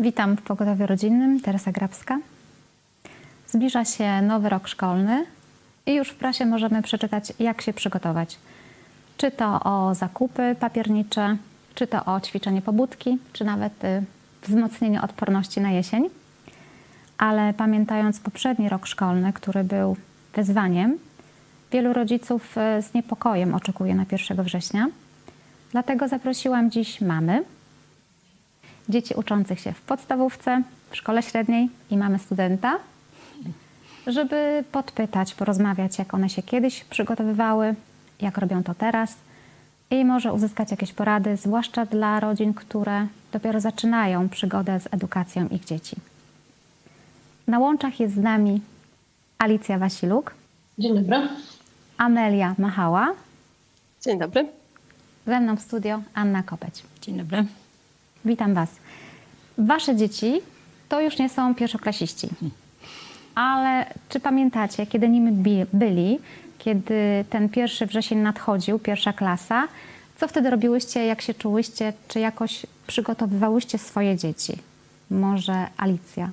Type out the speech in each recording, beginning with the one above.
Witam w Pogotowiu Rodzinnym, Teresa Grabska. Zbliża się nowy rok szkolny i już w prasie możemy przeczytać, jak się przygotować. Czy to o zakupy papiernicze, czy to o ćwiczenie pobudki, czy nawet wzmocnienie odporności na jesień. Ale pamiętając poprzedni rok szkolny, który był wyzwaniem, wielu rodziców z niepokojem oczekuje na 1 września. Dlatego zaprosiłam dziś mamy, dzieci uczących się w podstawówce, w szkole średniej i mamy studenta, żeby podpytać, porozmawiać, jak one się kiedyś przygotowywały, jak robią to teraz i może uzyskać jakieś porady, zwłaszcza dla rodzin, które dopiero zaczynają przygodę z edukacją ich dzieci. Na łączach jest z nami Alicja Wasiluk. Dzień dobry. Amelia Machała. Dzień dobry. Ze mną w studio Anna Kopeć. Dzień dobry. Witam Was. Wasze dzieci to już nie są pierwszoklasiści. Ale czy pamiętacie, kiedy nimi byli, kiedy ten 1 wrzesień nadchodził, 1. klasa, co wtedy robiłyście, jak się czułyście, czy jakoś przygotowywałyście swoje dzieci? Może Alicja?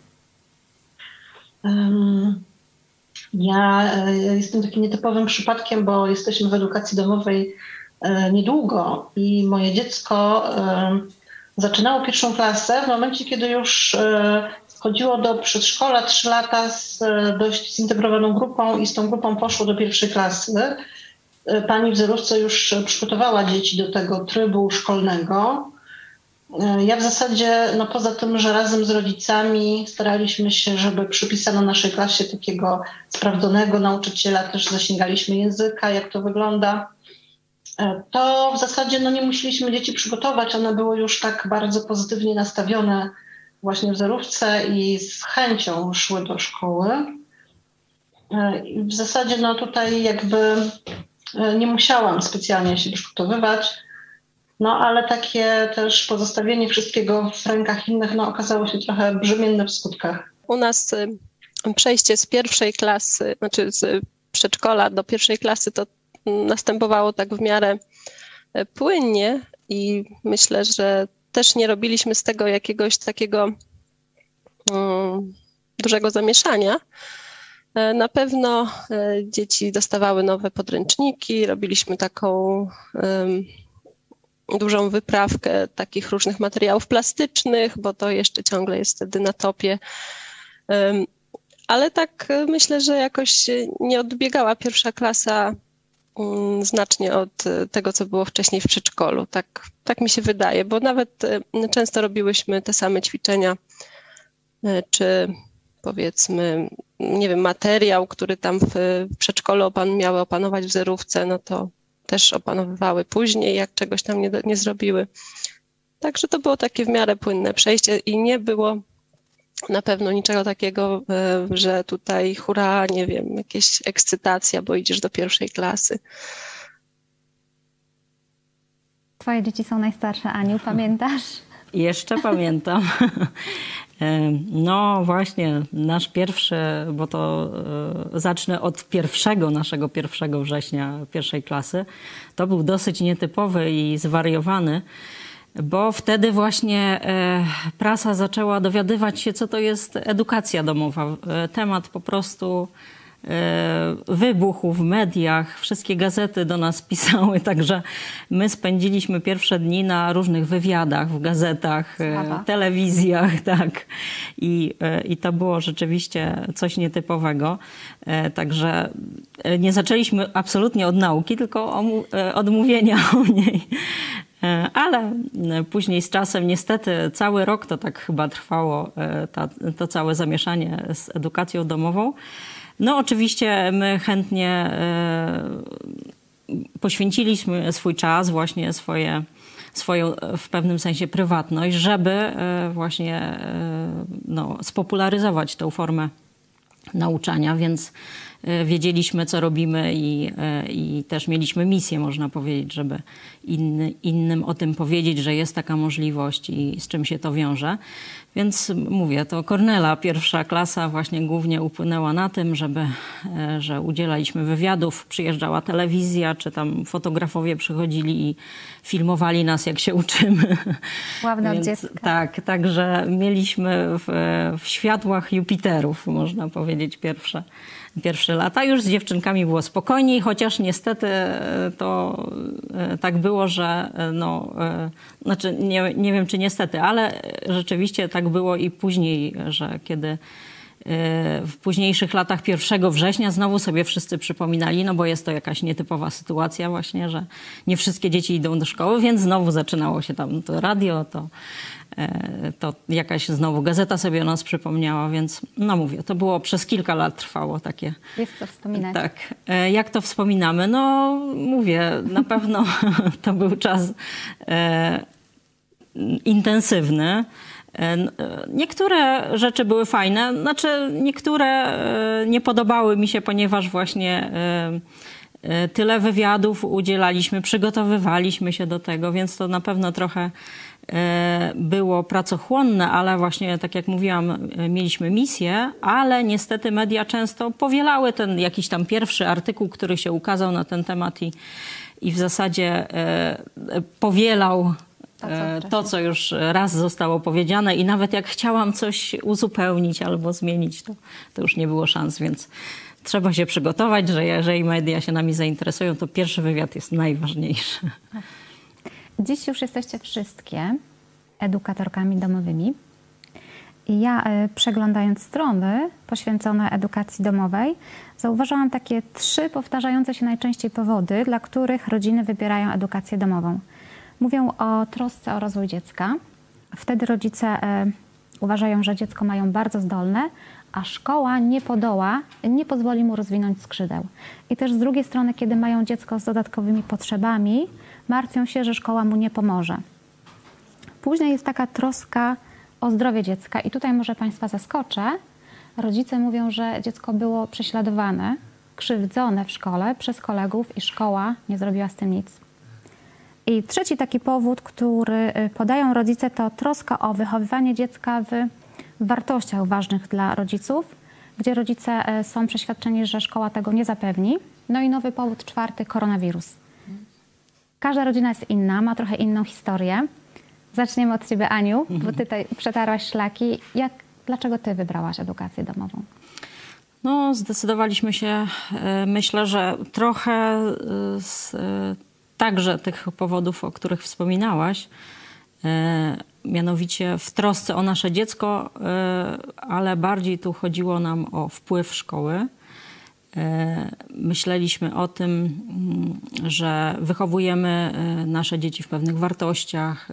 Ja jestem takim nietypowym przypadkiem, bo jesteśmy w edukacji domowej niedługo i moje dziecko zaczynało 1. klasę w momencie, kiedy już chodziło do przedszkola 3 lata z dość zintegrowaną grupą i z tą grupą poszło do 1. klasy. Pani w zerówce już przygotowała dzieci do tego trybu szkolnego. Ja w zasadzie, poza tym, że razem z rodzicami staraliśmy się, żeby przypisano naszej klasie takiego sprawdzonego nauczyciela, też zasięgaliśmy języka, jak to wygląda, to w zasadzie nie musieliśmy dzieci przygotować. One były już tak bardzo pozytywnie nastawione właśnie w zerówce i z chęcią szły do szkoły. I w zasadzie tutaj jakby nie musiałam specjalnie się przygotowywać. Ale takie też pozostawienie wszystkiego w rękach innych okazało się trochę brzemienne w skutkach. U nas przejście z 1. klasy, znaczy z przedszkola do 1. klasy to następowało tak w miarę płynnie i myślę, że też nie robiliśmy z tego jakiegoś takiego dużego zamieszania. Na pewno dzieci dostawały nowe podręczniki, robiliśmy taką dużą wyprawkę takich różnych materiałów plastycznych, bo to jeszcze ciągle jest wtedy na topie. Ale tak myślę, że jakoś nie odbiegała 1. klasa znacznie od tego, co było wcześniej w przedszkolu. Tak mi się wydaje, bo nawet często robiłyśmy te same ćwiczenia, czy powiedzmy, nie wiem, materiał, który tam w przedszkolu miały opanować w zerówce, to też opanowywały później, jak czegoś tam nie zrobiły. Także to było takie w miarę płynne przejście i nie było na pewno niczego takiego, że tutaj hurra, nie wiem, jakieś ekscytacja, bo idziesz do 1. klasy. Twoje dzieci są najstarsze, Aniu, pamiętasz? Jeszcze pamiętam. Właśnie, nasz pierwszy, bo to zacznę od naszego 1 września 1. klasy. To był dosyć nietypowy i zwariowany, bo wtedy właśnie prasa zaczęła dowiadywać się, co to jest edukacja domowa. Temat po prostu wybuchł w mediach, wszystkie gazety do nas pisały, także my spędziliśmy pierwsze dni na różnych wywiadach w gazetach, telewizjach, tak. I to było rzeczywiście coś nietypowego. Także nie zaczęliśmy absolutnie od nauki, tylko od mówienia o niej. Ale później z czasem niestety cały rok to tak chyba trwało, to całe zamieszanie z edukacją domową. Oczywiście my chętnie poświęciliśmy swój czas, właśnie swoją w pewnym sensie prywatność, żeby właśnie spopularyzować tą formę nauczania, więc wiedzieliśmy, co robimy i też mieliśmy misję, można powiedzieć, żeby innym o tym powiedzieć, że jest taka możliwość i z czym się to wiąże. Więc mówię, to Kornela, pierwsza klasa właśnie głównie upłynęła na tym, że udzielaliśmy wywiadów, przyjeżdżała telewizja, czy tam fotografowie przychodzili i filmowali nas, jak się uczymy. Sławne od dziecka. Tak, także mieliśmy w światłach Jupiterów, można powiedzieć, pierwsze lata. Już z dziewczynkami było spokojniej, chociaż niestety to tak było, że znaczy nie wiem, czy niestety, ale rzeczywiście tak było i później, że kiedy w późniejszych latach 1 września znowu sobie wszyscy przypominali, no bo jest to jakaś nietypowa sytuacja właśnie, że nie wszystkie dzieci idą do szkoły, więc znowu zaczynało się tam to radio, to jakaś znowu gazeta sobie o nas przypomniała, więc no mówię, to było przez kilka lat trwało takie. Jest co wspominać. Tak. Jak to wspominamy? No mówię, na pewno to był czas intensywny. Niektóre rzeczy były fajne, znaczy niektóre nie podobały mi się, ponieważ właśnie tyle wywiadów udzielaliśmy, przygotowywaliśmy się do tego, więc to na pewno trochę było pracochłonne, ale właśnie tak jak mówiłam, mieliśmy misję, ale niestety media często powielały ten jakiś tam pierwszy artykuł, który się ukazał na ten temat i w zasadzie powielał to, co już raz zostało powiedziane i nawet jak chciałam coś uzupełnić albo zmienić, to już nie było szans, więc trzeba się przygotować, że jeżeli media się nami zainteresują, to pierwszy wywiad jest najważniejszy. Dziś już jesteście wszystkie edukatorkami domowymi. I ja przeglądając strony poświęcone edukacji domowej, zauważyłam takie 3 powtarzające się najczęściej powody, dla których rodziny wybierają edukację domową. Mówią o trosce o rozwój dziecka. Wtedy rodzice uważają, że dziecko mają bardzo zdolne, a szkoła nie podoła, nie pozwoli mu rozwinąć skrzydeł. I też z drugiej strony, kiedy mają dziecko z dodatkowymi potrzebami, martwią się, że szkoła mu nie pomoże. Później jest taka troska o zdrowie dziecka i tutaj może Państwa zaskoczę. Rodzice mówią, że dziecko było prześladowane, krzywdzone w szkole przez kolegów i szkoła nie zrobiła z tym nic. I trzeci taki powód, który podają rodzice, to troska o wychowywanie dziecka w wartościach ważnych dla rodziców, gdzie rodzice są przeświadczeni, że szkoła tego nie zapewni. No i nowy powód 4, koronawirus. Każda rodzina jest inna, ma trochę inną historię. Zaczniemy od Ciebie, Aniu, bo Ty tutaj przetarłaś szlaki. Dlaczego Ty wybrałaś edukację domową? No, zdecydowaliśmy się, myślę, że trochę także tych powodów, o których wspominałaś, mianowicie w trosce o nasze dziecko, ale bardziej tu chodziło nam o wpływ szkoły. Myśleliśmy o tym, że wychowujemy nasze dzieci w pewnych wartościach,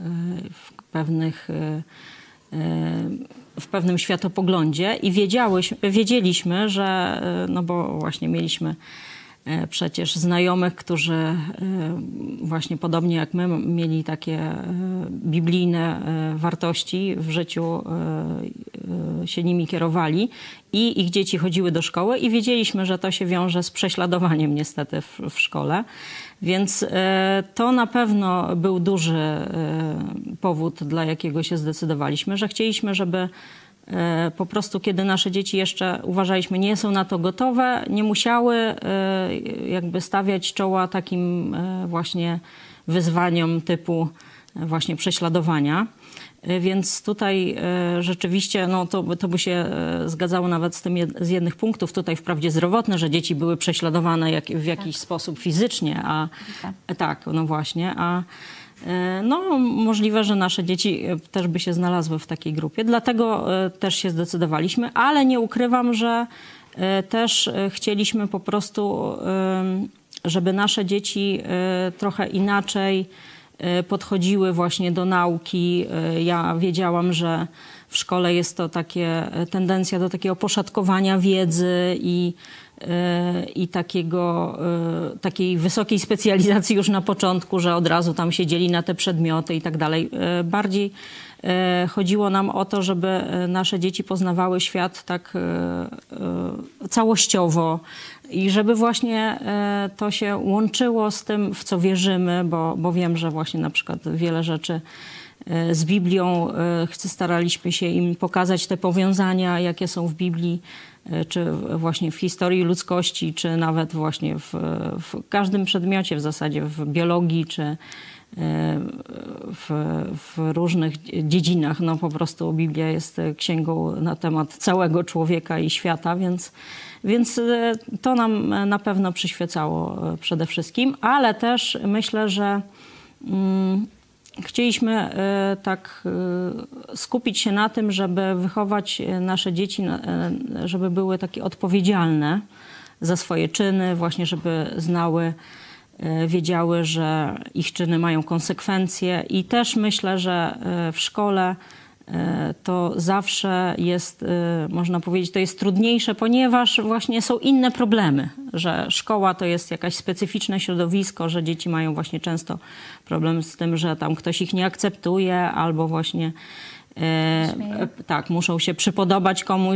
w pewnym światopoglądzie i wiedzieliśmy, że, no bo właśnie mieliśmy przecież znajomych, którzy właśnie podobnie jak my mieli takie biblijne wartości w życiu, się nimi kierowali i ich dzieci chodziły do szkoły i wiedzieliśmy, że to się wiąże z prześladowaniem niestety w szkole. Więc to na pewno był duży powód, dla jakiego się zdecydowaliśmy, że chcieliśmy, żeby po prostu, kiedy nasze dzieci jeszcze, uważaliśmy, nie są na to gotowe, nie musiały jakby stawiać czoła takim właśnie wyzwaniom typu właśnie prześladowania. Więc tutaj rzeczywiście no, to by się zgadzało nawet z jednych punktów. Tutaj wprawdzie zdrowotne, że dzieci były prześladowane w jakiś sposób fizycznie, a tak, no właśnie, a no, możliwe, że nasze dzieci też by się znalazły w takiej grupie. Dlatego też się zdecydowaliśmy, ale nie ukrywam, że też chcieliśmy po prostu, żeby nasze dzieci trochę inaczej podchodziły właśnie do nauki. Ja wiedziałam, że w szkole jest to tendencja do takiego poszatkowania wiedzy i takiej wysokiej specjalizacji już na początku, że od razu tam siedzieli na te przedmioty i tak dalej. Bardziej chodziło nam o to, żeby nasze dzieci poznawały świat tak całościowo i żeby właśnie to się łączyło z tym, w co wierzymy, bo wiem, że właśnie na przykład wiele rzeczy z Biblią staraliśmy się im pokazać te powiązania, jakie są w Biblii, czy właśnie w historii ludzkości, czy nawet właśnie w każdym przedmiocie w zasadzie, w biologii, czy w różnych dziedzinach. No po prostu Biblia jest księgą na temat całego człowieka i świata, więc to nam na pewno przyświecało przede wszystkim, ale też myślę, że chcieliśmy tak skupić się na tym, żeby wychować nasze dzieci, żeby były takie odpowiedzialne za swoje czyny, właśnie żeby znały, wiedziały, że ich czyny mają konsekwencje i też myślę, że w szkole to zawsze jest, można powiedzieć, to jest trudniejsze, ponieważ właśnie są inne problemy, że szkoła to jest jakaś specyficzne środowisko, że dzieci mają właśnie często problem z tym, że tam ktoś ich nie akceptuje albo właśnie tak, muszą się przypodobać komuś,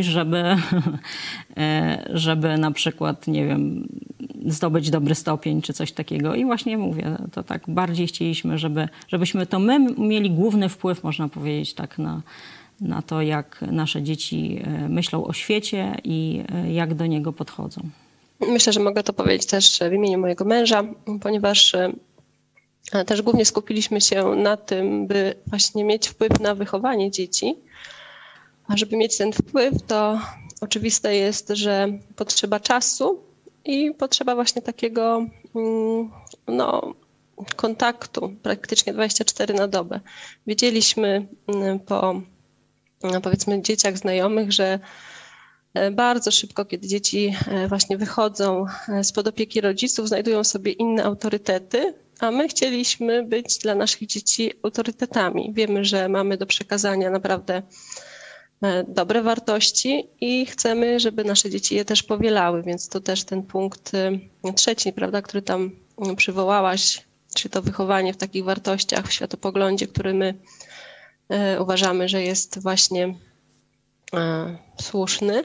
żeby na przykład, nie wiem, zdobyć dobry stopień czy coś takiego. I właśnie mówię, to tak bardziej chcieliśmy, żebyśmy to my mieli główny wpływ, można powiedzieć, tak na to, jak nasze dzieci myślą o świecie i jak do niego podchodzą. Myślę, że mogę to powiedzieć też w imieniu mojego męża, ponieważ też głównie skupiliśmy się na tym, by właśnie mieć wpływ na wychowanie dzieci. A żeby mieć ten wpływ, to oczywiste jest, że potrzeba czasu i potrzeba właśnie takiego kontaktu praktycznie 24 na dobę. Wiedzieliśmy po powiedzmy dzieciach znajomych, że bardzo szybko, kiedy dzieci właśnie wychodzą spod opieki rodziców, znajdują sobie inne autorytety, a my chcieliśmy być dla naszych dzieci autorytetami. Wiemy, że mamy do przekazania naprawdę dobre wartości i chcemy, żeby nasze dzieci je też powielały, więc to też ten punkt trzeci, prawda, który tam przywołałaś, czyli to wychowanie w takich wartościach, w światopoglądzie, który my uważamy, że jest właśnie słuszny.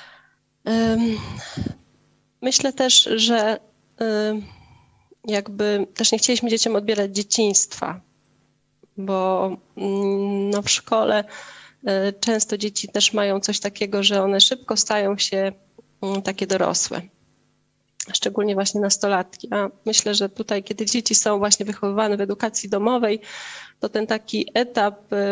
Myślę też, że jakby też nie chcieliśmy dzieciom odbierać dzieciństwa, bo w szkole często dzieci też mają coś takiego, że one szybko stają się takie dorosłe, szczególnie właśnie nastolatki. A myślę, że tutaj, kiedy dzieci są właśnie wychowywane w edukacji domowej, to ten taki etap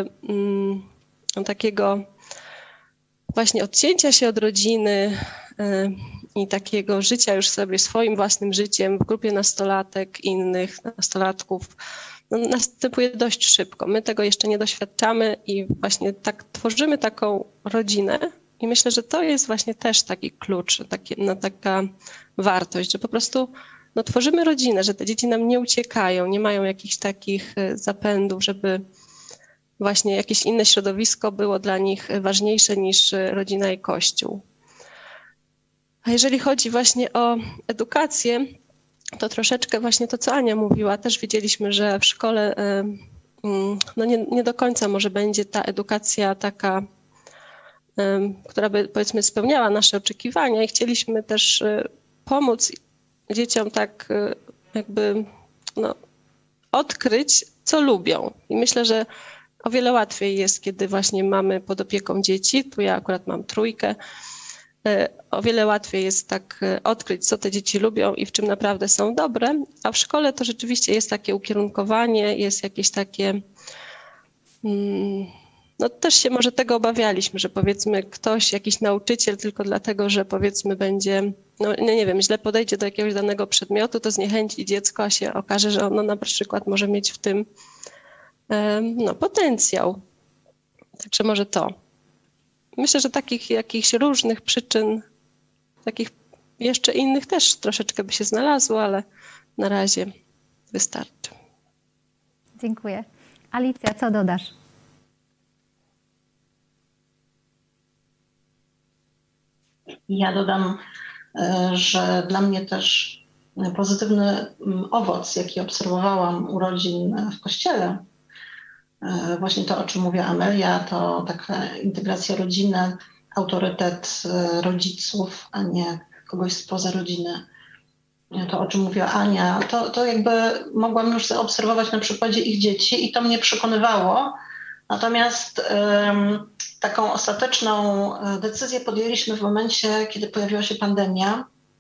takiego właśnie odcięcia się od rodziny i takiego życia już sobie swoim własnym życiem w grupie nastolatek, innych nastolatków, następuje dość szybko. My tego jeszcze nie doświadczamy i właśnie tak tworzymy taką rodzinę i myślę, że to jest właśnie też taki klucz, taka wartość, że po prostu tworzymy rodzinę, że te dzieci nam nie uciekają, nie mają jakichś takich zapędów, żeby właśnie jakieś inne środowisko było dla nich ważniejsze niż rodzina i Kościół. A jeżeli chodzi właśnie o edukację, to troszeczkę właśnie to, co Ania mówiła, też wiedzieliśmy, że w szkole nie do końca może będzie ta edukacja taka, która by powiedzmy spełniała nasze oczekiwania i chcieliśmy też pomóc dzieciom tak jakby odkryć, co lubią. I myślę, że o wiele łatwiej jest, kiedy właśnie mamy pod opieką dzieci, tu ja akurat mam 3, o wiele łatwiej jest tak odkryć, co te dzieci lubią i w czym naprawdę są dobre, a w szkole to rzeczywiście jest takie ukierunkowanie, jest jakieś takie, też się może tego obawialiśmy, że powiedzmy ktoś, jakiś nauczyciel tylko dlatego, że powiedzmy będzie, nie wiem, źle podejdzie do jakiegoś danego przedmiotu, to zniechęci dziecko, a się okaże, że ono na przykład może mieć w tym potencjał. Także może to. Myślę, że takich jakichś różnych przyczyn, takich jeszcze innych też troszeczkę by się znalazło, ale na razie wystarczy. Dziękuję. Alicja, co dodasz? Ja dodam, że dla mnie też pozytywny owoc, jaki obserwowałam u rodzin w Kościele, Właśnie to, o czym mówiła Amelia, to taka integracja rodziny, autorytet rodziców, a nie kogoś spoza rodziny. To, o czym mówiła Ania, to jakby mogłam już zaobserwować na przykładzie ich dzieci i to mnie przekonywało. Natomiast taką ostateczną decyzję podjęliśmy w momencie, kiedy pojawiła się pandemia.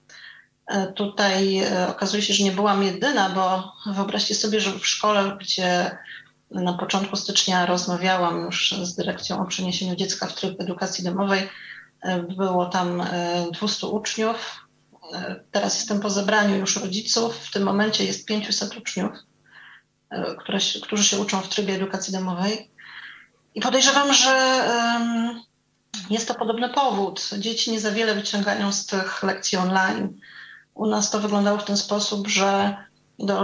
Tutaj okazuje się, że nie byłam jedyna, bo wyobraźcie sobie, że w szkole, gdzie na początku stycznia rozmawiałam już z dyrekcją o przeniesieniu dziecka w tryb edukacji domowej, było tam 200 uczniów. Teraz jestem po zebraniu już rodziców. W tym momencie jest 500 uczniów, którzy się uczą w trybie edukacji domowej. I podejrzewam, że jest to podobny powód. Dzieci nie za wiele wyciągają z tych lekcji online. U nas to wyglądało w ten sposób, że do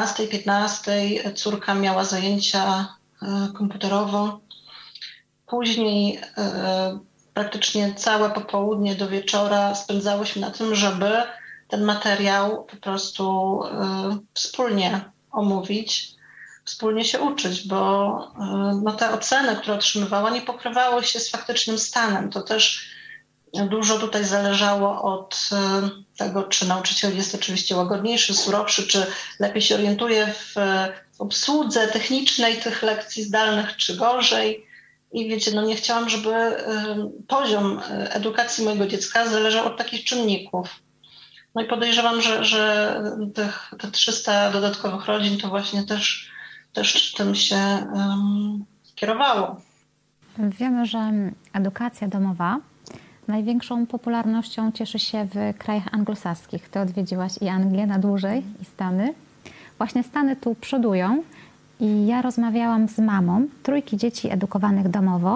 14-15 córka miała zajęcia komputerowe. Później praktycznie całe popołudnie do wieczora spędzałyśmy na tym, żeby ten materiał po prostu wspólnie omówić, wspólnie się uczyć, bo te oceny, które otrzymywała, nie pokrywały się z faktycznym stanem. To też dużo tutaj zależało od tego, czy nauczyciel jest oczywiście łagodniejszy, surowszy, czy lepiej się orientuje w obsłudze technicznej tych lekcji zdalnych, czy gorzej. I wiecie, nie chciałam, żeby poziom edukacji mojego dziecka zależał od takich czynników. No i podejrzewam, że te 300 dodatkowych rodzin to właśnie też tym się kierowało. Wiemy, że edukacja domowa największą popularnością cieszy się w krajach anglosaskich. Ty odwiedziłaś i Anglię na dłużej, i Stany. Właśnie Stany tu przodują i ja rozmawiałam z mamą 3 dzieci edukowanych domowo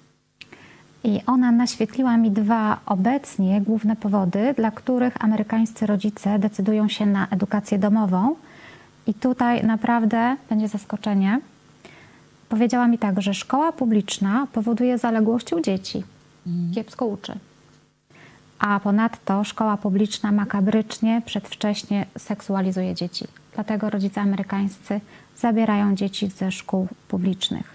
i ona naświetliła mi 2 obecnie główne powody, dla których amerykańscy rodzice decydują się na edukację domową. I tutaj naprawdę będzie zaskoczenie. Powiedziała mi tak, że szkoła publiczna powoduje zaległości u dzieci. Kiepsko uczy. A ponadto szkoła publiczna makabrycznie, przedwcześnie seksualizuje dzieci. Dlatego rodzice amerykańscy zabierają dzieci ze szkół publicznych.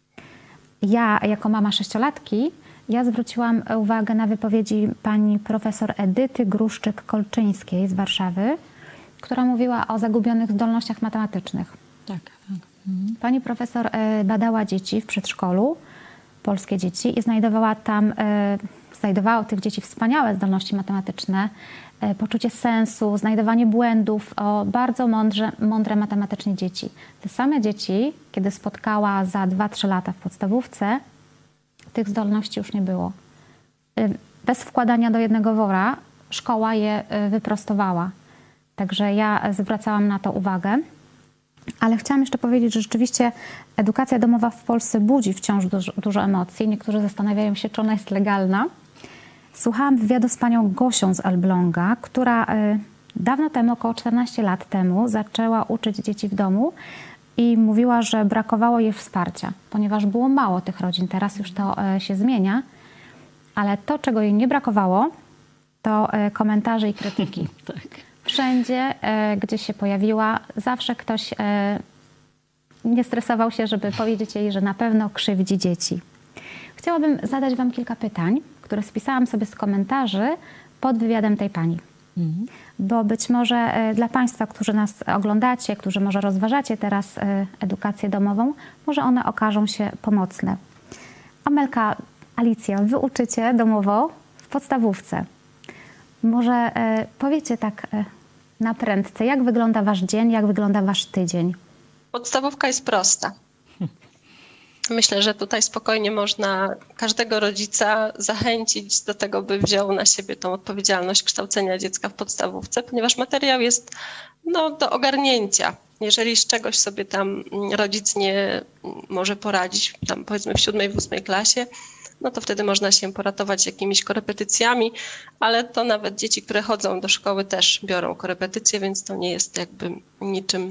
Ja, jako mama 6-latki, zwróciłam uwagę na wypowiedzi pani profesor Edyty Gruszczyk-Kolczyńskiej z Warszawy, która mówiła o zagubionych zdolnościach matematycznych. Tak. Pani profesor badała dzieci w przedszkolu, polskie dzieci, i znajdowała u tych dzieci wspaniałe zdolności matematyczne, poczucie sensu, znajdowanie błędów, bardzo mądre matematycznie dzieci. Te same dzieci, kiedy spotkała za 2-3 lata w podstawówce, tych zdolności już nie było. Bez wkładania do jednego wora szkoła je wyprostowała. Także ja zwracałam na to uwagę. Ale chciałam jeszcze powiedzieć, że rzeczywiście edukacja domowa w Polsce budzi wciąż dużo emocji. Niektórzy zastanawiają się, czy ona jest legalna. Słuchałam wywiadu z panią Gosią z Elbląga, która dawno temu, około 14 lat temu, zaczęła uczyć dzieci w domu i mówiła, że brakowało jej wsparcia, ponieważ było mało tych rodzin. Teraz już to się zmienia, ale to, czego jej nie brakowało, to komentarze i krytyki. Tak. Wszędzie, gdzie się pojawiła, zawsze ktoś nie stresował się, żeby powiedzieć jej, że na pewno krzywdzi dzieci. Chciałabym zadać wam kilka pytań, które spisałam sobie z komentarzy pod wywiadem tej pani. Bo być może dla państwa, którzy nas oglądacie, którzy może rozważacie teraz edukację domową, może one okażą się pomocne. Amelka, Alicja, wy uczycie domowo w podstawówce. Może powiecie tak na prędce, jak wygląda wasz dzień, jak wygląda wasz tydzień? Podstawówka jest prosta. Myślę, że tutaj spokojnie można każdego rodzica zachęcić do tego, by wziął na siebie tą odpowiedzialność kształcenia dziecka w podstawówce, ponieważ materiał jest do ogarnięcia. Jeżeli z czegoś sobie tam rodzic nie może poradzić, tam powiedzmy w 7., w 8. klasie, to wtedy można się poratować jakimiś korepetycjami, ale to nawet dzieci, które chodzą do szkoły, też biorą korepetycje, więc to nie jest jakby niczym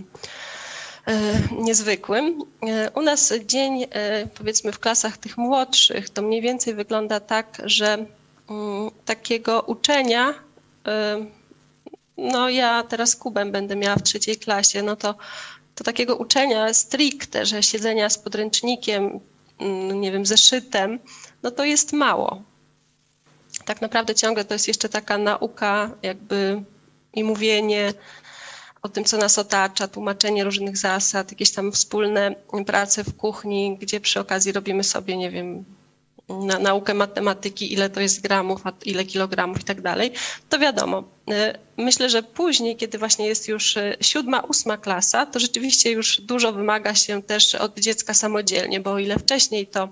niezwykłym. U nas dzień, powiedzmy w klasach tych młodszych, to mniej więcej wygląda tak, że takiego uczenia, ja teraz Kubę będę miała w 3. klasie, to to takiego uczenia stricte, że siedzenia z podręcznikiem, nie wiem, zeszytem, no to jest mało. Tak naprawdę ciągle to jest jeszcze taka nauka jakby i mówienie o tym, co nas otacza, tłumaczenie różnych zasad, jakieś tam wspólne prace w kuchni, gdzie przy okazji robimy sobie, nie wiem, naukę matematyki, ile to jest gramów, a ile kilogramów i tak dalej, to wiadomo. Myślę, że później, kiedy właśnie jest już 7., 8. klasa, to rzeczywiście już dużo wymaga się też od dziecka samodzielnie, bo o ile wcześniej to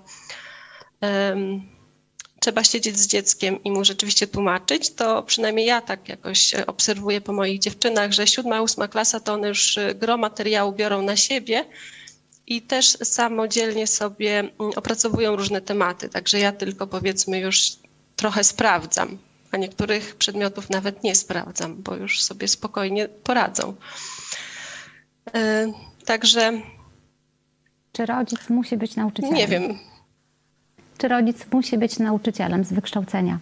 trzeba siedzieć z dzieckiem i mu rzeczywiście tłumaczyć, to przynajmniej ja tak jakoś obserwuję po moich dziewczynach, że 7., 8. klasa to one już gro materiału biorą na siebie i też samodzielnie sobie opracowują różne tematy. Także ja tylko powiedzmy już trochę sprawdzam, a niektórych przedmiotów nawet nie sprawdzam, bo już sobie spokojnie poradzą. Także... Czy rodzic musi być nauczycielem? Nie wiem. Czy rodzic musi być nauczycielem z wykształcenia?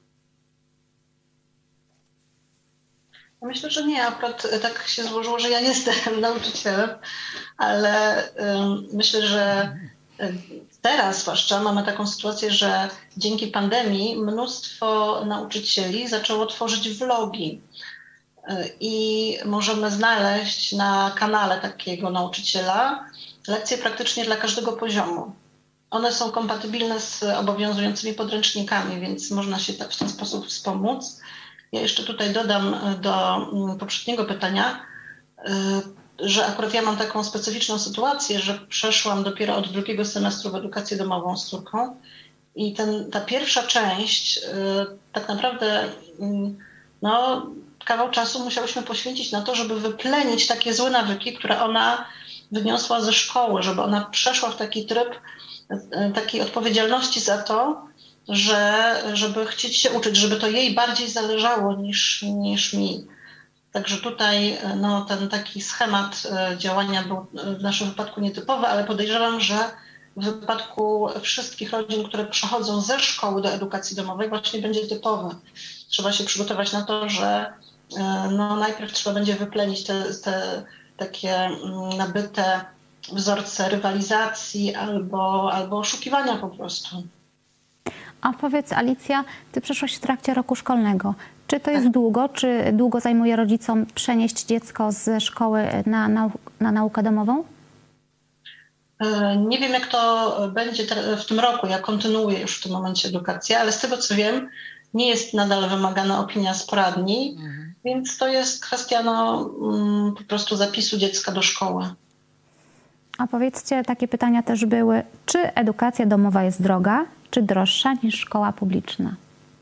Myślę, że nie. Akurat tak się złożyło, że ja jestem nauczycielem, ale myślę, że teraz zwłaszcza mamy taką sytuację, że dzięki pandemii mnóstwo nauczycieli zaczęło tworzyć vlogi i możemy znaleźć na kanale takiego nauczyciela lekcje praktycznie dla każdego poziomu. One są kompatybilne z obowiązującymi podręcznikami, więc można się tak w ten sposób wspomóc. Ja jeszcze tutaj dodam do poprzedniego pytania, że akurat ja mam taką specyficzną sytuację, że przeszłam dopiero od 2. semestru w edukację domową z córką i ta pierwsza część tak naprawdę no, kawał czasu musiałyśmy poświęcić na to, żeby wyplenić takie złe nawyki, które ona wyniosła ze szkoły, żeby ona przeszła w taki tryb takiej odpowiedzialności za to, żeby chcieć się uczyć, żeby to jej bardziej zależało niż mi. Także tutaj no, ten taki schemat działania był w naszym wypadku nietypowy, ale podejrzewam, że w wypadku wszystkich rodzin, które przechodzą ze szkoły do edukacji domowej, właśnie będzie typowy. Trzeba się przygotować na to, że no, najpierw trzeba będzie wyplenić te takie nabyte wzorce rywalizacji albo oszukiwania po prostu. A powiedz, Alicja, ty przeszłaś w trakcie roku szkolnego. Czy to jest długo? Czy długo zajmuje rodzicom przenieść dziecko ze szkoły na naukę domową? Nie wiem, jak to będzie w tym roku. Ja kontynuuję już w tym momencie edukację, ale z tego, co wiem, nie jest nadal wymagana opinia z poradni, więc to jest kwestia po prostu zapisu dziecka do szkoły. A powiedzcie, takie pytania też były, czy edukacja domowa jest droga, czy droższa niż szkoła publiczna?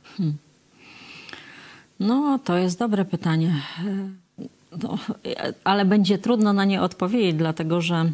No, to jest dobre pytanie. No, ale będzie trudno na nie odpowiedzieć, dlatego że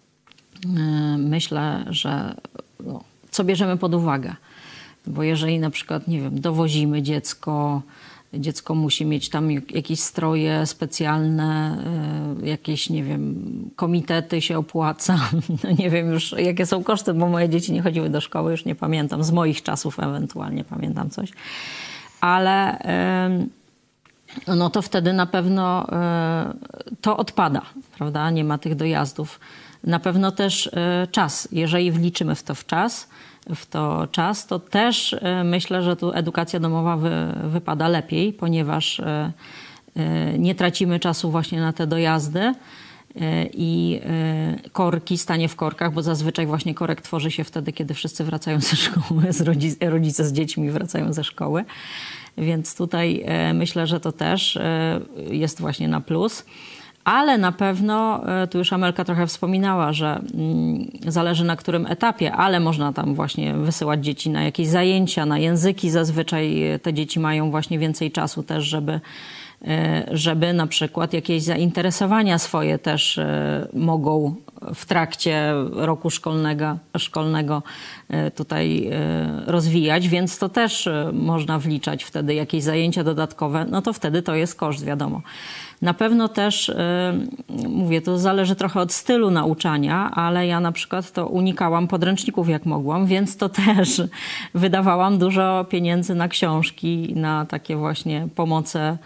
myślę, że co bierzemy pod uwagę. Bo jeżeli na przykład, nie wiem, dowozimy dziecko musi mieć tam jakieś stroje specjalne, jakieś, nie wiem, komitety się opłaca. No nie wiem już, jakie są koszty, bo moje dzieci nie chodziły do szkoły, już nie pamiętam. Z moich czasów ewentualnie pamiętam coś. Ale no to wtedy na pewno to odpada, prawda? Nie ma tych dojazdów. Na pewno też czas. Jeżeli wliczymy w to czas, to też myślę, że tu edukacja domowa wypada lepiej, ponieważ nie tracimy czasu właśnie na te dojazdy i korki, stanie w korkach, bo zazwyczaj właśnie korek tworzy się wtedy, kiedy wszyscy wracają ze szkoły, rodzice z dziećmi wracają ze szkoły. Więc tutaj myślę, że to też jest właśnie na plus. Ale na pewno, tu już Amelka trochę wspominała, że zależy na którym etapie, ale można tam właśnie wysyłać dzieci na jakieś zajęcia, na języki. Zazwyczaj te dzieci mają właśnie więcej czasu też, żeby na przykład jakieś zainteresowania swoje też mogą w trakcie roku szkolnego tutaj rozwijać, więc to też można wliczać wtedy jakieś zajęcia dodatkowe, no to wtedy to jest koszt, wiadomo. Na pewno też, mówię, to zależy trochę od stylu nauczania, ale ja na przykład to unikałam podręczników jak mogłam, więc to też wydawałam dużo pieniędzy na książki, na takie właśnie pomoce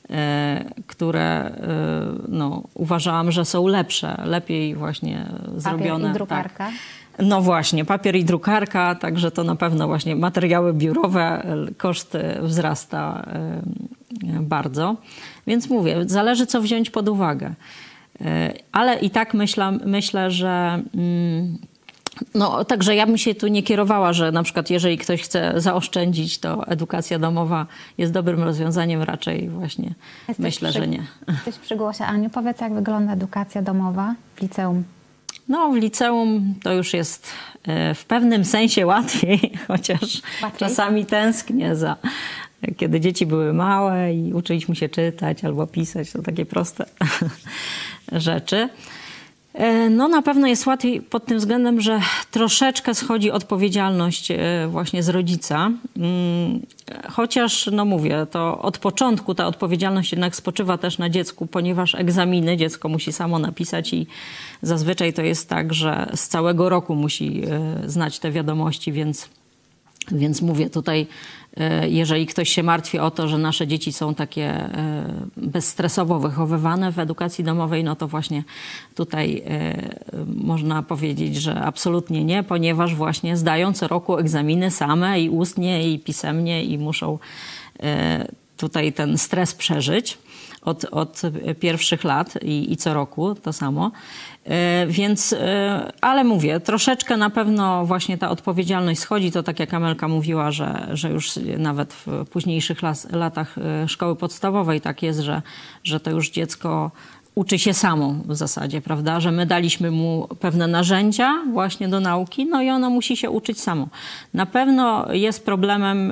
które no, uważałam, że są lepsze, lepiej właśnie zrobione. Papier i drukarka. Tak. No właśnie, papier i drukarka, także to na pewno właśnie materiały biurowe, koszt wzrasta bardzo. Więc mówię, zależy co wziąć pod uwagę. Ale i tak myślę, że no, także ja bym się tu nie kierowała, że na przykład jeżeli ktoś chce zaoszczędzić, to edukacja domowa jest dobrym rozwiązaniem, raczej właśnie myślę, że nie. Jesteś przy głosie, Aniu. Powiedz, jak wygląda edukacja domowa w liceum? No, w liceum to już jest w pewnym sensie łatwiej, chociaż czasami tęsknię za kiedy dzieci były małe i uczyliśmy się czytać albo pisać, to takie proste rzeczy. No na pewno jest łatwiej pod tym względem, że troszeczkę schodzi odpowiedzialność właśnie z rodzica. Chociaż, no mówię, to od początku ta odpowiedzialność jednak spoczywa też na dziecku, ponieważ egzaminy dziecko musi samo napisać i zazwyczaj to jest tak, że z całego roku musi znać te wiadomości, więc mówię tutaj, jeżeli ktoś się martwi o to, że nasze dzieci są takie bezstresowo wychowywane w edukacji domowej, no to właśnie tutaj można powiedzieć, że absolutnie nie, ponieważ właśnie zdają co roku egzaminy same i ustnie i pisemnie i muszą tutaj ten stres przeżyć od pierwszych lat i co roku to samo. Więc, ale mówię, troszeczkę na pewno właśnie ta odpowiedzialność schodzi. To tak jak Amelka mówiła, że już nawet w późniejszych latach szkoły podstawowej tak jest, że to już dziecko uczy się samo w zasadzie, prawda? Że my daliśmy mu pewne narzędzia właśnie do nauki, no i ono musi się uczyć samo. Na pewno jest problemem...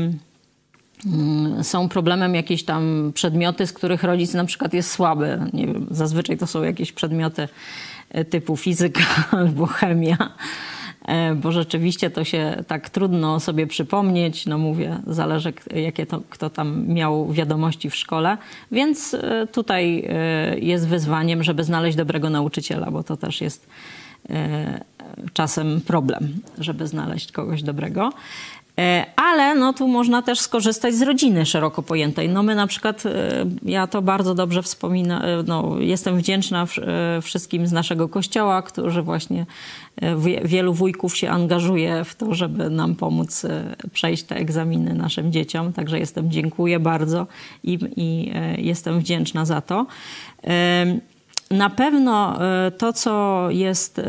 Są problemem jakieś tam przedmioty, z których rodzic na przykład jest słaby. Nie wiem, zazwyczaj to są jakieś przedmioty typu fizyka albo chemia, bo rzeczywiście to się tak trudno sobie przypomnieć. No mówię, zależy kto tam miał wiadomości w szkole. Więc tutaj jest wyzwaniem, żeby znaleźć dobrego nauczyciela, bo to też jest czasem problem, żeby znaleźć kogoś dobrego. Ale no, tu można też skorzystać z rodziny szeroko pojętej. No my na przykład, ja to bardzo dobrze wspominam, no, jestem wdzięczna wszystkim z naszego kościoła, którzy właśnie, wielu wujków się angażuje w to, żeby nam pomóc przejść te egzaminy naszym dzieciom. Także dziękuję bardzo i jestem wdzięczna za to. Na pewno to, co jest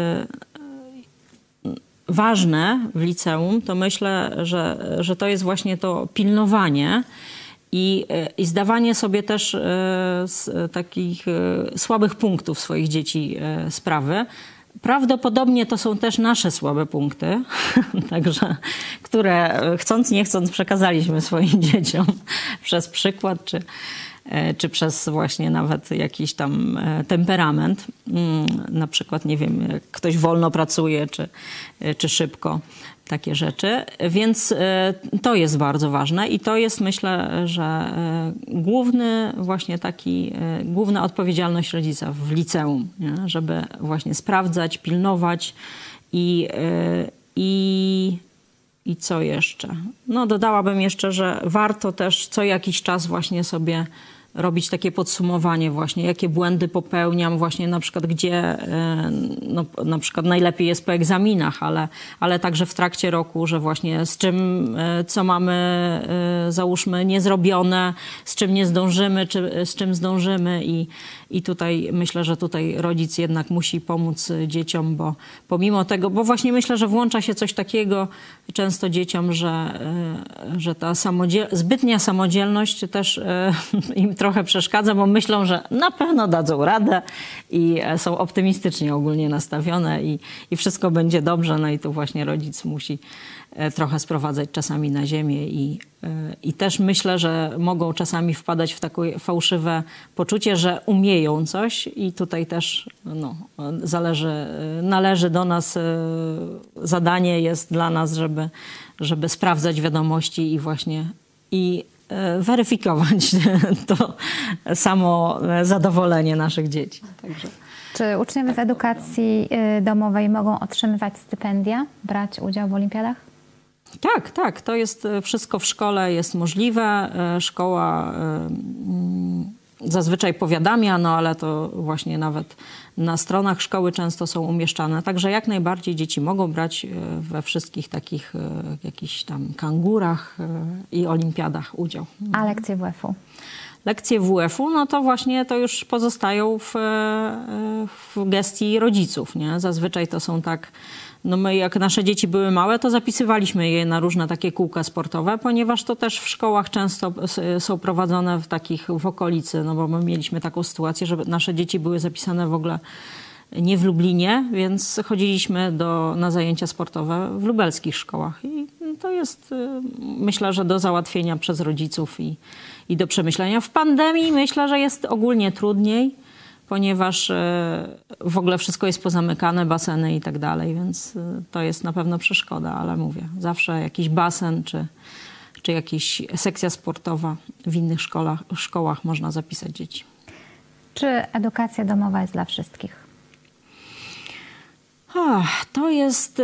ważne w liceum, to myślę, że to jest właśnie to pilnowanie i zdawanie sobie też z takich słabych punktów swoich dzieci sprawy. Prawdopodobnie to są też nasze słabe punkty, także, które chcąc nie chcąc przekazaliśmy swoim dzieciom przez przykład czy przez właśnie nawet jakiś tam temperament. Na przykład, nie wiem, jak ktoś wolno pracuje, czy szybko, takie rzeczy. Więc to jest bardzo ważne i to jest, myślę, że główna odpowiedzialność rodzica w liceum, nie? Żeby właśnie sprawdzać, pilnować i co jeszcze? No dodałabym jeszcze, że warto też co jakiś czas właśnie sobie robić takie podsumowanie właśnie, jakie błędy popełniam, właśnie na przykład gdzie, no, na przykład najlepiej jest po egzaminach, ale także w trakcie roku, że właśnie z czym, co mamy, załóżmy, niezrobione, z czym nie zdążymy, czy z czym zdążymy i tutaj myślę, że tutaj rodzic jednak musi pomóc dzieciom, bo pomimo tego, bo właśnie myślę, że włącza się coś takiego często dzieciom, że ta zbytnia samodzielność też im trochę przeszkadza, bo myślą, że na pewno dadzą radę i są optymistycznie ogólnie nastawione i wszystko będzie dobrze. No i tu właśnie rodzic musi trochę sprowadzać czasami na ziemię i też myślę, że mogą czasami wpadać w takie fałszywe poczucie, że umieją coś i tutaj też no, należy do nas, zadanie jest dla nas, żeby sprawdzać wiadomości i właśnie weryfikować to samo zadowolenie naszych dzieci. Także. Czy uczniowie z edukacji domowej mogą otrzymywać stypendia, brać udział w olimpiadach? Tak. To jest wszystko w szkole jest możliwe. Szkoła zazwyczaj powiadamia, no ale to właśnie nawet na stronach szkoły często są umieszczane. Także jak najbardziej dzieci mogą brać we wszystkich takich jakichś tam kangurach i olimpiadach udział. A lekcje WF-u? Lekcje WF-u, no to właśnie to już pozostają w gestii rodziców, nie? Zazwyczaj to są tak, no my jak nasze dzieci były małe, to zapisywaliśmy je na różne takie kółka sportowe, ponieważ to też w szkołach często są prowadzone w okolicy, no bo my mieliśmy taką sytuację, że nasze dzieci były zapisane w ogóle nie w Lublinie, więc chodziliśmy na zajęcia sportowe w lubelskich szkołach. I to jest, myślę, że do załatwienia przez rodziców i do przemyślenia. W pandemii myślę, że jest ogólnie trudniej, ponieważ w ogóle wszystko jest pozamykane, baseny i tak dalej, więc to jest na pewno przeszkoda, ale mówię, zawsze jakiś basen czy jakaś sekcja sportowa w innych szkołach można zapisać dzieci. Czy edukacja domowa jest dla wszystkich? To jest...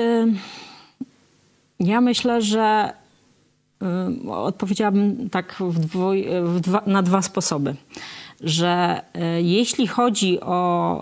Ja myślę, że odpowiedziałabym tak na dwa sposoby. Że jeśli chodzi o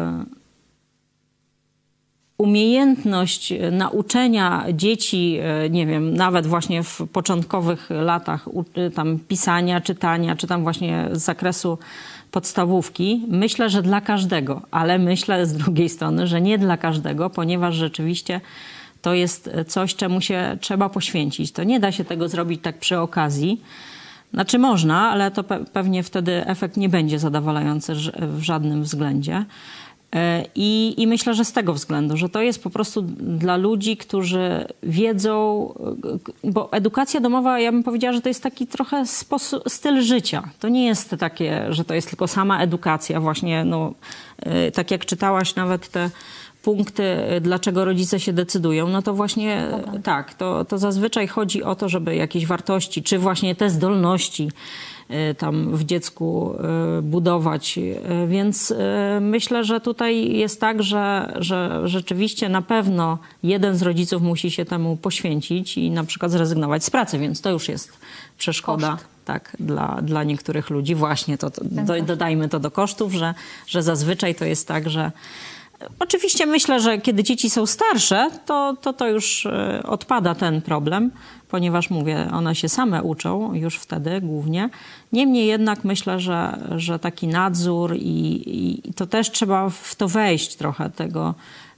umiejętność nauczenia dzieci, nie wiem, nawet właśnie w początkowych latach tam pisania, czytania, czy tam właśnie z zakresu podstawówki, myślę, że dla każdego, ale myślę z drugiej strony, że nie dla każdego, ponieważ rzeczywiście to jest coś, czemu się trzeba poświęcić. To nie da się tego zrobić tak przy okazji. Znaczy można, ale to pewnie wtedy efekt nie będzie zadowalający w żadnym względzie. I myślę, że z tego względu, że to jest po prostu dla ludzi, którzy wiedzą, bo edukacja domowa, ja bym powiedziała, że to jest taki trochę styl życia. To nie jest takie, że to jest tylko sama edukacja właśnie, no, tak jak czytałaś nawet te punkty, dlaczego rodzice się decydują, no to właśnie tak, to zazwyczaj chodzi o to, żeby jakieś wartości, czy właśnie te zdolności tam w dziecku budować. Więc myślę, że tutaj jest tak, że rzeczywiście na pewno jeden z rodziców musi się temu poświęcić i na przykład zrezygnować z pracy, więc to już jest przeszkoda. Koszt. Tak, dla niektórych ludzi. Właśnie dodajmy to do kosztów, że zazwyczaj to jest tak, że oczywiście myślę, że kiedy dzieci są starsze, to już odpada ten problem, ponieważ mówię, one się same uczą już wtedy głównie. Niemniej jednak myślę, że taki nadzór i to też trzeba w to wejść trochę tego.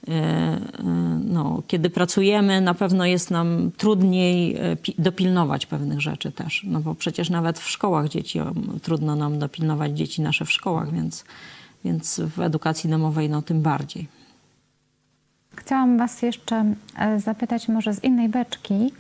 No, kiedy pracujemy, na pewno jest nam trudniej dopilnować pewnych rzeczy też. No bo przecież nawet w szkołach trudno nam dopilnować dzieci nasze w szkołach, więc w edukacji domowej no tym bardziej. Chciałam was jeszcze zapytać może z innej beczki.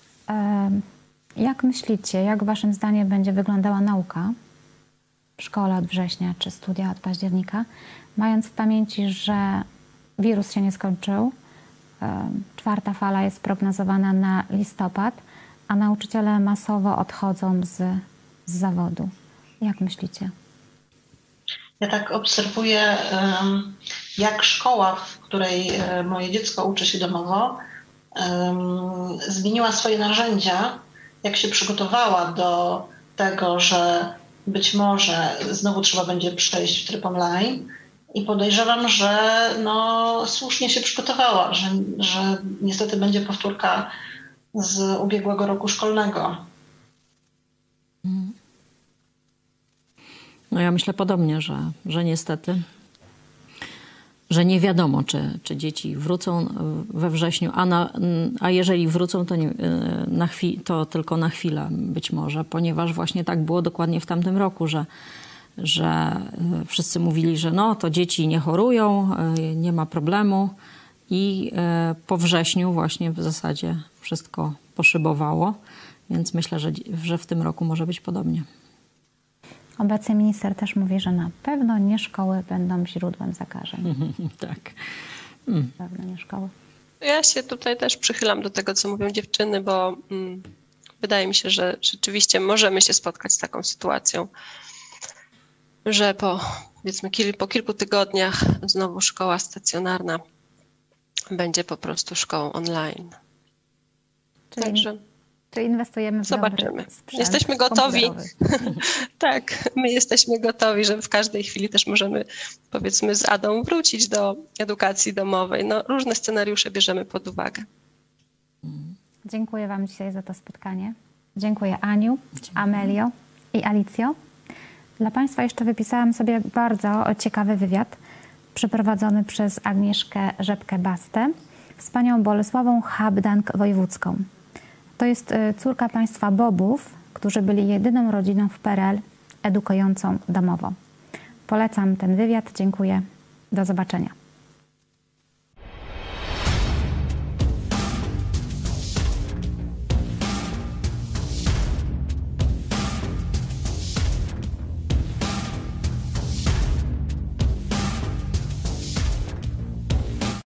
Jak myślicie, jak waszym zdaniem będzie wyglądała nauka w szkole od września czy studia od października, mając w pamięci, że wirus się nie skończył, czwarta fala jest prognozowana na listopad, a nauczyciele masowo odchodzą z zawodu. Jak myślicie? Ja tak obserwuję, jak szkoła, w której moje dziecko uczy się domowo, zmieniła swoje narzędzia, jak się przygotowała do tego, że być może znowu trzeba będzie przejść w tryb online. I podejrzewam, że no, słusznie się przygotowała, że niestety będzie powtórka z ubiegłego roku szkolnego. No ja myślę podobnie, że niestety, że nie wiadomo, czy dzieci wrócą we wrześniu, a jeżeli wrócą, to, to tylko na chwilę być może, ponieważ właśnie tak było dokładnie w tamtym roku, że wszyscy mówili, że no to dzieci nie chorują, nie ma problemu i po wrześniu właśnie w zasadzie wszystko poszybowało, więc myślę, że w tym roku może być podobnie. Obecnie minister też mówi, że na pewno nie szkoły będą źródłem zakażeń. Tak. Na pewno nie szkoły. Ja się tutaj też przychylam do tego, co mówią dziewczyny, bo wydaje mi się, że rzeczywiście możemy się spotkać z taką sytuacją, że po kilku tygodniach znowu szkoła stacjonarna będzie po prostu szkołą online. Czyli inwestujemy w zobaczymy. dobry sprzęt Jesteśmy gotowi. komputerowy. Tak, my jesteśmy gotowi, że w każdej chwili też możemy, powiedzmy, z Adą wrócić do edukacji domowej. No, różne scenariusze bierzemy pod uwagę. Dziękuję Wam dzisiaj za to spotkanie. Dziękuję Aniu, Amelio i Alicjo. Dla Państwa jeszcze wypisałam sobie bardzo ciekawy wywiad przeprowadzony przez Agnieszkę Rzepkę-Bastę z panią Bolesławą Habdank-Wojewódzką. To jest córka państwa Bobów, którzy byli jedyną rodziną w PRL edukującą domowo. Polecam ten wywiad. Dziękuję. Do zobaczenia.